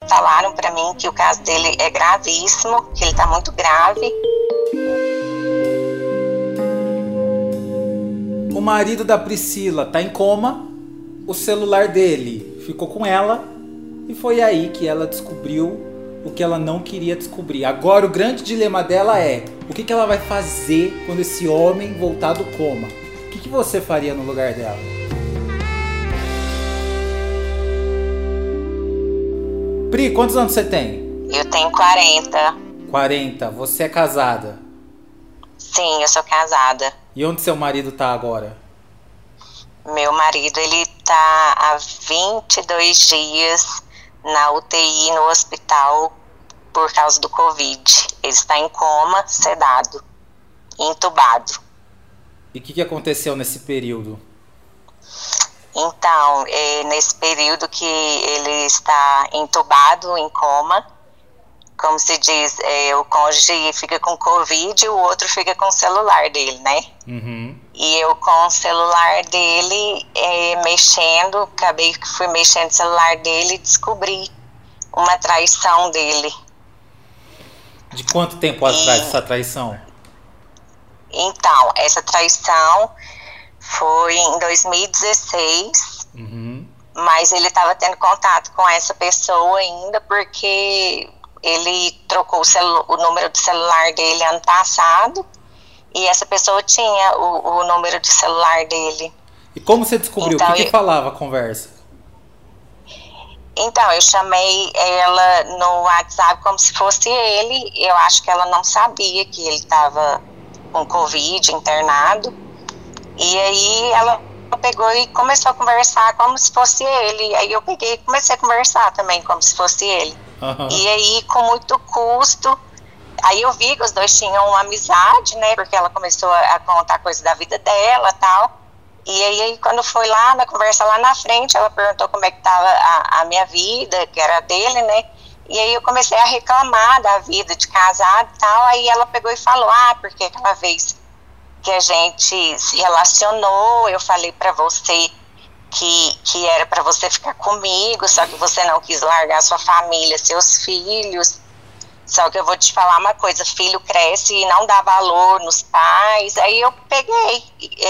falaram pra mim que o caso dele é gravíssimo, que ele tá muito grave. O marido da Priscila tá em coma, o celular dele ficou com ela e foi aí que ela descobriu o que ela não queria descobrir. Agora o grande dilema dela é: o que ela vai fazer quando esse homem voltar do coma? O que você faria no lugar dela? Pri, quantos anos você tem? Eu tenho 40. 40. Você é casada? Sim, eu sou casada. E onde seu marido tá agora? Meu marido, ele tá há 22 dias na UTI, no hospital, por causa do Covid. Ele está em coma, sedado, entubado. E o que aconteceu nesse período? Então, nesse período que ele está entubado, em coma, como se diz, o cônjuge fica com Covid e o outro fica com o celular dele, né? Uhum. E eu com o celular dele, acabei que fui mexendo no celular dele e descobri uma traição dele. De quanto tempo atrás essa traição? Então, essa traição foi em 2016, mas ele estava tendo contato com essa pessoa ainda porque ele trocou o número do celular dele ano passado e essa pessoa tinha o número de celular dele. E como você descobriu? Então, o que falava a conversa? Então, eu chamei ela no WhatsApp como se fosse ele. Eu acho que ela não sabia que ele estava com Covid, internado. E aí ela pegou e começou a conversar como se fosse ele. Aí eu peguei e comecei a conversar também como se fosse ele. Uhum. E aí, com muito custo, aí eu vi que os dois tinham uma amizade, né? Porque ela começou a contar coisas da vida dela e tal. E aí, quando foi lá na conversa lá na frente, ela perguntou como é que estava a minha vida, que era dele, né? E aí eu comecei a reclamar da vida de casado e tal. Aí ela pegou e falou: porque aquela vez que a gente se relacionou, eu falei pra você que era pra você ficar comigo, só que você não quis largar sua família, seus filhos. Só que eu vou te falar uma coisa: filho cresce e não dá valor nos pais. Aí eu peguei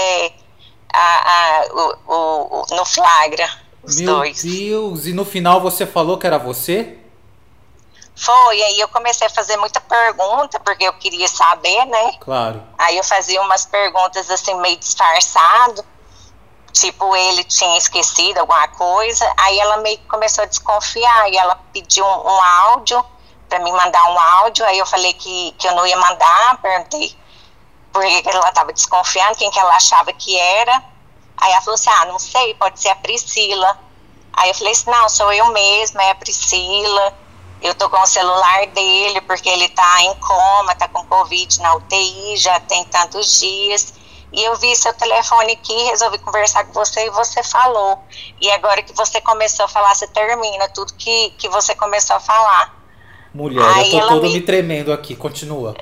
no flagra os dois. Meu Deus, e no final você falou que era você? Foi, aí eu comecei a fazer muita pergunta, porque eu queria saber, né? Claro. Aí eu fazia umas perguntas assim, meio disfarçado, tipo, ele tinha esquecido alguma coisa. Aí ela meio que começou a desconfiar, e ela pediu um áudio, pra me mandar um áudio. Aí eu falei que eu não ia mandar, perguntei por que ela estava desconfiando, quem que ela achava que era. Aí ela falou assim: não sei, pode ser a Priscila. Aí eu falei assim: não, sou eu mesma, é a Priscila. Eu tô com o celular dele porque ele tá em coma, tá com Covid na UTI, já tem tantos dias. E eu vi seu telefone aqui, resolvi conversar com você e você falou. E agora que você começou a falar, você termina tudo que você começou a falar. Mulher, aí eu tô todo me tremendo aqui, continua.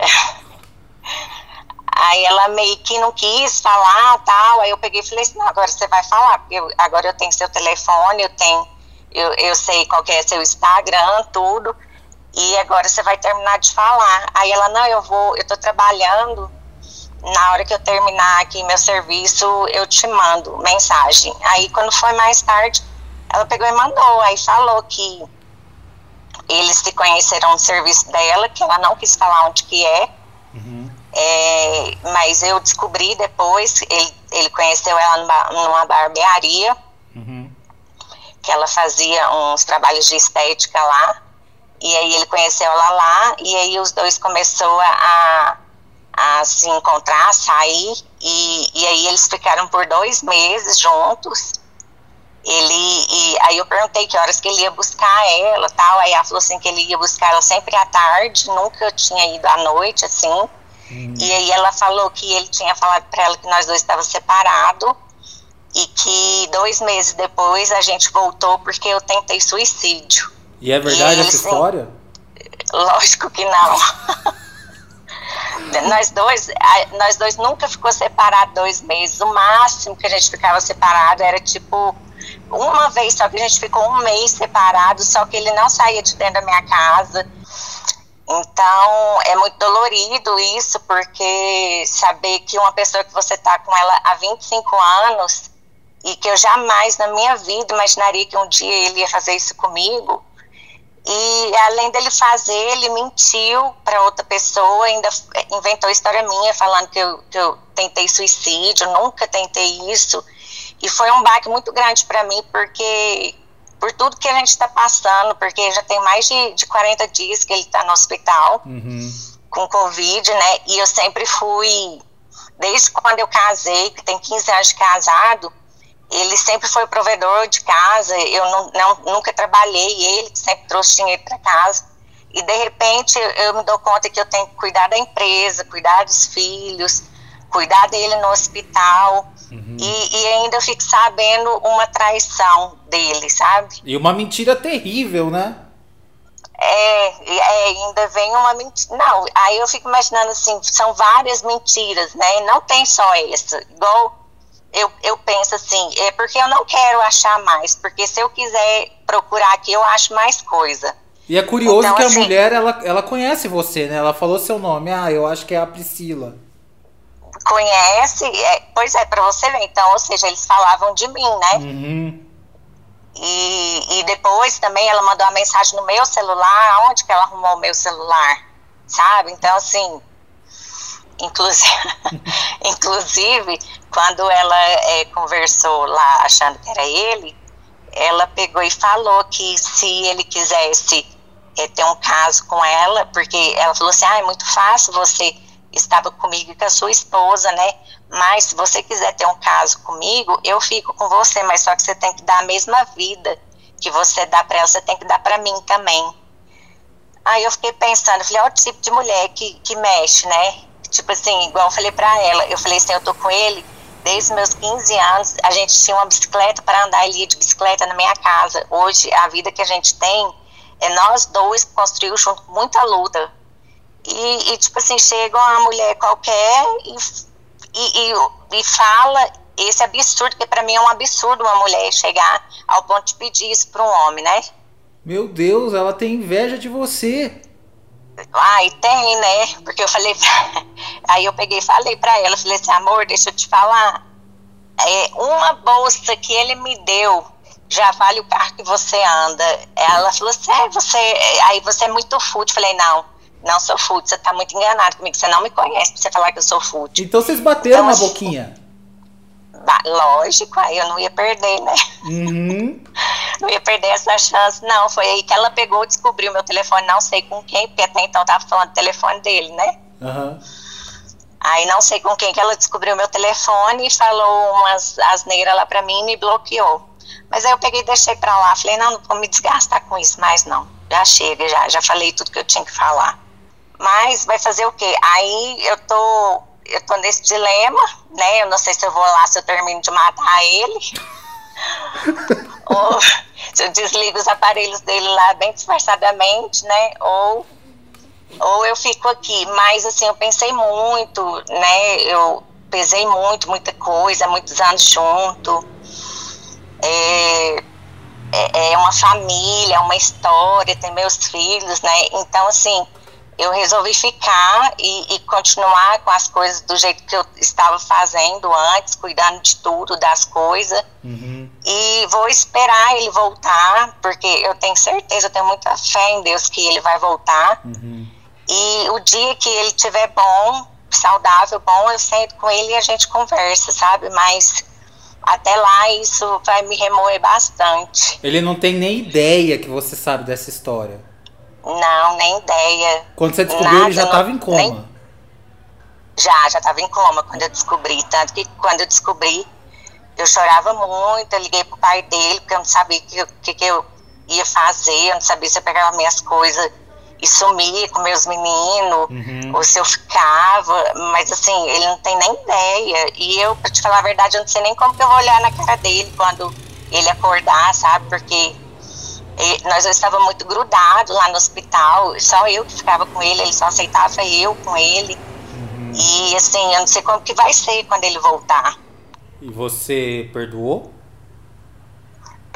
Aí ela meio que não quis falar, tal. Aí eu peguei e falei assim: não, agora você vai falar, porque agora eu tenho seu telefone, eu sei qual que é seu Instagram, tudo, e agora você vai terminar de falar. Aí ela: não, eu tô trabalhando, na hora que eu terminar aqui meu serviço, eu te mando mensagem. Aí quando foi mais tarde, ela pegou e mandou, aí falou que eles se conheceram no serviço dela, que ela não quis falar onde que é. Mas eu descobri depois, ele conheceu ela numa barbearia, que ela fazia uns trabalhos de estética lá, e aí ele conheceu ela lá, e aí os dois começaram a se encontrar, a sair, e aí eles ficaram por 2 meses juntos. Aí eu perguntei que horas que ele ia buscar ela, tal. Aí ela falou assim que ele ia buscar ela sempre à tarde, nunca tinha ido à noite, assim. E aí ela falou que ele tinha falado pra ela que nós dois estávamos separados e que 2 meses depois a gente voltou porque eu tentei suicídio. E é verdade essa história? Lógico que não. Nós dois nunca ficou separado 2 meses. O máximo que a gente ficava separado era tipo Uma vez só que a gente ficou um mês separado, só que ele não saía de dentro da minha casa. Então, é muito dolorido isso, porque saber que uma pessoa que você tá com ela há 25 anos e que eu jamais na minha vida imaginaria que um dia ele ia fazer isso comigo. E além dele fazer, ele mentiu para outra pessoa, ainda inventou história minha falando que eu tentei suicídio, nunca tentei isso. E foi um baque muito grande para mim, porque por tudo que a gente está passando, porque já tem mais de 40 dias que ele está no hospital com Covid, né? E eu sempre fui, desde quando eu casei, que tem 15 anos de casado, ele sempre foi provedor de casa, eu nunca trabalhei, ele que sempre trouxe dinheiro para casa. E de repente eu me dou conta que eu tenho que cuidar da empresa, cuidar dos filhos, cuidar dele no hospital. E ainda eu fico sabendo uma traição dele, sabe? E uma mentira terrível, né? Ainda vem uma mentira. Não, aí eu fico imaginando assim, são várias mentiras, né? Não tem só essa. Igual eu penso assim, é porque eu não quero achar mais, porque se eu quiser procurar aqui, eu acho mais coisa. E é curioso então, que assim, a mulher, ela conhece você, né? Ela falou seu nome. Ah, eu acho que é a Priscila. Conhece, pois é, pra você ver. Então, ou seja, eles falavam de mim, né? E depois também ela mandou uma mensagem no meu celular, onde que ela arrumou o meu celular, sabe? Então, assim, inclusive quando ela conversou lá achando que era ele, ela pegou e falou que se ele quisesse ter um caso com ela, porque ela falou assim, é muito fácil, você estava comigo e com a sua esposa, né? Mas se você quiser ter um caso comigo, eu fico com você, mas só que você tem que dar a mesma vida que você dá pra ela, você tem que dar pra mim também. Aí eu fiquei pensando, falei, olha o tipo de mulher que mexe, né? Tipo assim, igual eu falei pra ela, eu falei assim, eu tô com ele desde os meus 15 anos, a gente tinha uma bicicleta para andar, ele ia de bicicleta na minha casa. Hoje, a vida que a gente tem, é nós dois que construímos junto com muita luta. E tipo assim, chega uma mulher qualquer e fala esse absurdo, que pra mim é um absurdo uma mulher chegar ao ponto de pedir isso pra um homem, né? Meu Deus, ela tem inveja de você. Ai, tem, né? Porque eu falei aí eu peguei e falei pra ela, falei assim, amor, deixa eu te falar, uma bolsa que ele me deu já vale o carro que você anda. Ela falou assim, aí você é muito fútil. Falei, não sou fútil, você tá muito enganado comigo, você não me conhece pra você falar que eu sou fútil. Então vocês bateram uma boquinha. Lógico, aí eu não ia perder, né? Não ia perder essa chance, não. Foi aí que ela pegou, descobriu meu telefone, não sei com quem, porque até então eu tava falando do telefone dele, né? Aí não sei com quem que ela descobriu meu telefone e falou umas asneiras lá pra mim e me bloqueou. Mas aí eu peguei e deixei pra lá, falei, não vou me desgastar com isso mais não. Já chega, já falei tudo que eu tinha que falar. Mas vai fazer o quê? Aí eu tô nesse dilema, né? Eu não sei se eu vou lá, se eu termino de matar ele. Ou se eu desligo os aparelhos dele lá bem disfarçadamente, né? Ou eu fico aqui. Mas assim, eu pensei muito, né? Eu pesei muita coisa, muitos anos junto. É uma família, uma história, tem meus filhos, né? Então, assim, eu resolvi ficar e continuar com as coisas do jeito que eu estava fazendo antes, cuidando de tudo, das coisas. E vou esperar ele voltar, porque eu tenho certeza, eu tenho muita fé em Deus que ele vai voltar. E o dia que ele estiver bom, saudável, bom, eu sento com ele e a gente conversa, sabe? Mas até lá isso vai me remoer bastante. Ele não tem nem ideia que você sabe dessa história. Não, nem ideia. Quando você descobriu, ele já estava em coma. Já estava em coma quando eu descobri. Tanto que quando eu descobri, eu chorava muito. Eu liguei pro pai dele, porque eu não sabia o que eu ia fazer. Eu não sabia se eu pegava minhas coisas e sumia com meus meninos, ou se eu ficava. Mas assim, ele não tem nem ideia. E eu, pra te falar a verdade, eu não sei nem como que eu vou olhar na cara dele quando ele acordar, sabe? Porque nós estávamos muito grudados lá no hospital, só eu que ficava com ele só aceitava eu com ele. E assim, eu não sei como que vai ser quando ele voltar. E você perdoou?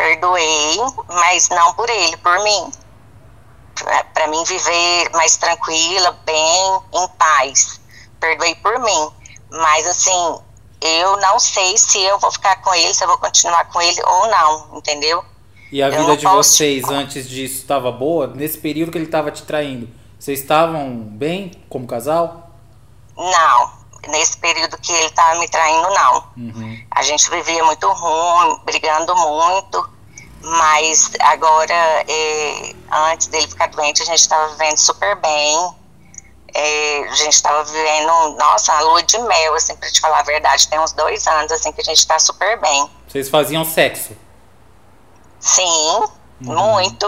perdoei, mas não por ele, por mim. Para mim viver mais tranquila, bem, em paz. Perdoei por mim. Mas assim, eu não sei se eu vou ficar com ele, se eu vou continuar com ele ou não, entendeu? E a vida de vocês antes disso estava boa? Nesse período que ele estava te traindo, vocês estavam bem como casal? Não. Nesse período que ele estava me traindo, não. A gente vivia muito ruim, brigando muito, mas agora, antes dele ficar doente, a gente estava vivendo super bem. A gente estava vivendo, nossa, a lua de mel, assim, pra te falar a verdade. Tem uns 2 anos, assim, que a gente tá super bem. Vocês faziam sexo? Sim, muito.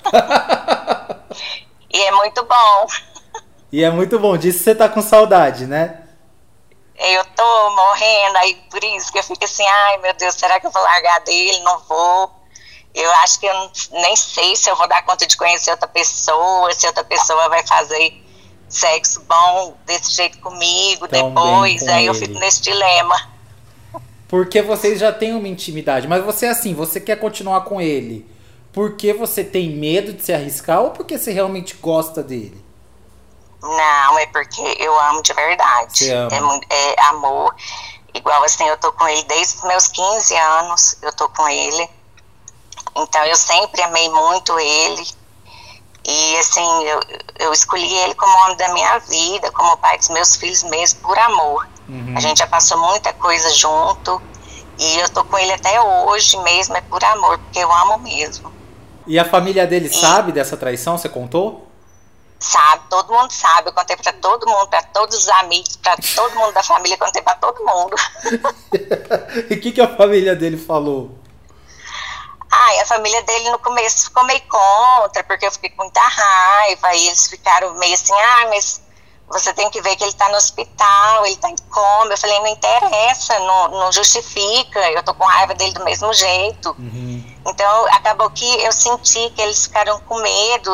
E é muito bom. E é muito bom, disso você tá com saudade, né? Eu tô morrendo, aí por isso que eu fico assim, ai meu Deus, será que eu vou largar dele? Não vou. Eu acho que eu nem sei se eu vou dar conta de conhecer outra pessoa, se outra pessoa vai fazer sexo bom desse jeito comigo depois, aí eu fico nesse dilema. Porque vocês já têm uma intimidade, mas você assim, você quer continuar com ele porque você tem medo de se arriscar ou porque você realmente gosta dele? Não, é porque eu amo de verdade. Você ama. É amor. Igual assim, eu tô com ele desde os meus 15 anos, eu tô com ele. Então eu sempre amei muito ele. E assim, eu escolhi ele como homem da minha vida, como pai dos meus filhos mesmo, por amor. A gente já passou muita coisa junto. E eu tô com ele até hoje mesmo, é por amor, porque eu amo mesmo. E a família dele sabe dessa traição, você contou? Sabe, todo mundo sabe, eu contei pra todo mundo, pra todos os amigos, pra todo mundo da família, eu contei pra todo mundo. E o que a família dele falou? A família dele no começo ficou meio contra, porque eu fiquei com muita raiva, e eles ficaram meio assim, mas você tem que ver que ele tá no hospital, ele tá em coma. Eu falei, não interessa, não justifica, eu tô com raiva dele do mesmo jeito. Então, acabou que eu senti que eles ficaram com medo,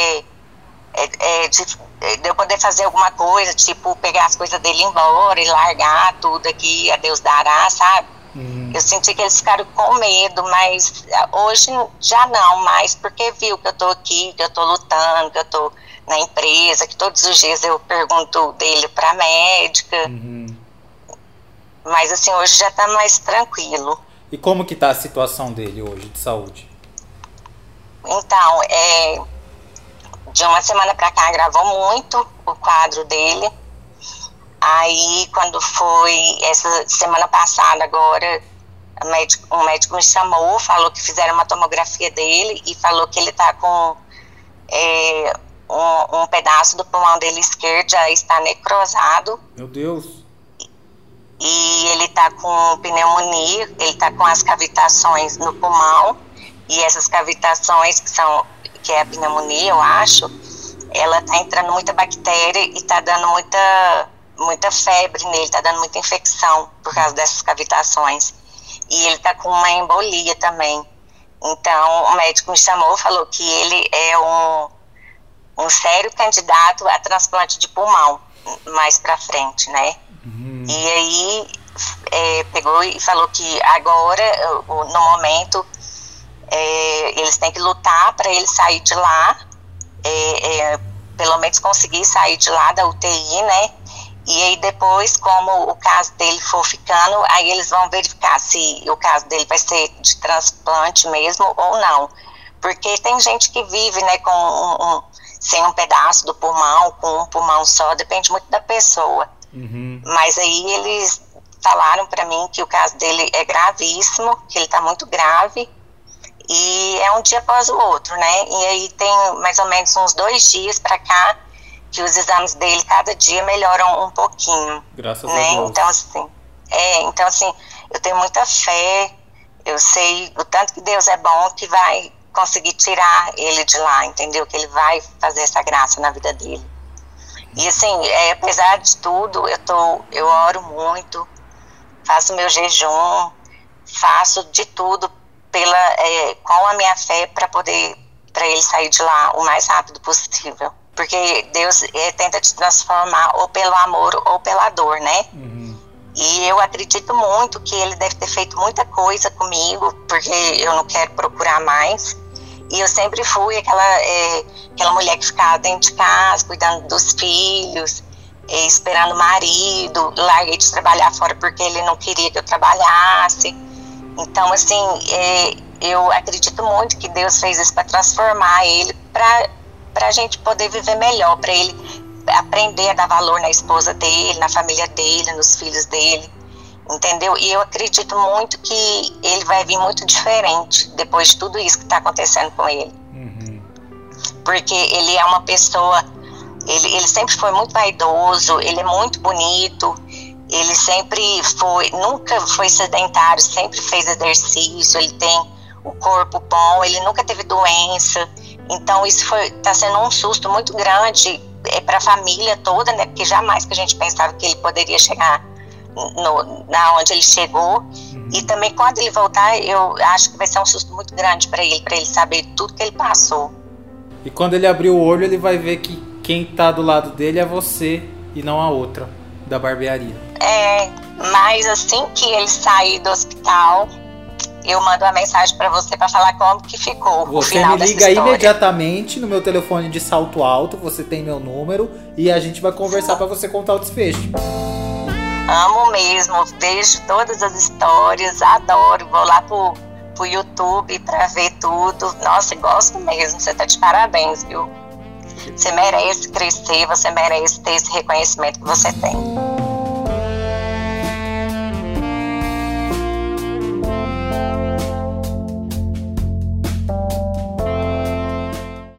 de eu poder fazer alguma coisa, tipo, pegar as coisas dele e ir embora e largar tudo aqui, a Deus dará, sabe? Eu senti que eles ficaram com medo, mas hoje já não mais, porque viu que eu tô aqui, que eu tô lutando, que eu tô na empresa, que todos os dias eu pergunto dele pra médica. Mas assim, hoje já tá mais tranquilo. E como que tá a situação dele hoje, de saúde? Então, de uma semana pra cá gravou muito o quadro dele. Aí quando foi essa semana passada agora, um médico me chamou, falou que fizeram uma tomografia dele e falou que ele tá com um pedaço do pulmão dele esquerdo já está necrosado. Meu Deus. E ele tá com pneumonia, ele tá com as cavitações no pulmão, e essas cavitações que é a pneumonia, eu acho, ela tá entrando muita bactéria e tá dando muita febre nele, tá dando muita infecção por causa dessas cavitações. E ele tá com uma embolia também. Então, o médico me chamou, falou que ele é um sério candidato a transplante de pulmão, mais pra frente, né? E aí, pegou e falou que agora, no momento, eles têm que lutar para ele sair de lá, pelo menos conseguir sair de lá da UTI, né? E aí depois, como o caso dele for ficando, aí eles vão verificar se o caso dele vai ser de transplante mesmo ou não. Porque tem gente que vive, né, sem um pedaço do pulmão, com um pulmão só, depende muito da pessoa. Mas aí eles falaram para mim que o caso dele é gravíssimo, que ele tá muito grave, e é um dia após o outro, né? E aí tem mais ou menos uns 2 dias para cá, que os exames dele cada dia melhoram um pouquinho. Graças a Deus. Então assim, eu tenho muita fé, eu sei o tanto que Deus é bom, que vai conseguir tirar ele de lá, entendeu? Que ele vai fazer essa graça na vida dele. E assim, apesar de tudo, eu oro muito, faço meu jejum, faço de tudo com a minha fé para ele sair de lá o mais rápido possível. Porque Deus tenta te transformar ou pelo amor ou pela dor, né? E eu acredito muito que ele deve ter feito muita coisa comigo, porque eu não quero procurar mais. E eu sempre fui aquela mulher que ficava dentro de casa, cuidando dos filhos, esperando o marido. Larguei de trabalhar fora porque ele não queria que eu trabalhasse. Então, assim, eu acredito muito que Deus fez isso para transformar ele, para a gente poder viver melhor, para ele aprender a dar valor na esposa dele, na família dele, nos filhos dele, entendeu? E eu acredito muito que ele vai vir muito diferente depois de tudo isso que está acontecendo com ele. Uhum. Porque ele é uma pessoa, ele sempre foi muito vaidoso, ele é muito bonito, ele sempre foi, nunca foi sedentário, sempre fez exercício, ele tem o corpo bom, ele nunca teve doença. Então isso está sendo um susto muito grande para a família toda, né? Porque jamais que a gente pensava que ele poderia chegar na onde ele chegou. Uhum. E também quando ele voltar, eu acho que vai ser um susto muito grande para ele saber tudo que ele passou. E quando ele abrir o olho, ele vai ver que quem tá do lado dele é você e não a outra da barbearia. Mas assim que ele sair do hospital, eu mando uma mensagem pra você pra falar como que ficou o Você final me dessa liga história. imediatamente no meu telefone de Salto Alto, você tem meu número e a gente vai conversar pra você contar o desfecho. Amo mesmo, vejo todas as histórias, adoro, vou lá pro YouTube pra ver tudo. Nossa, gosto mesmo, você tá de parabéns, viu? Você merece crescer, você merece ter esse reconhecimento que você tem.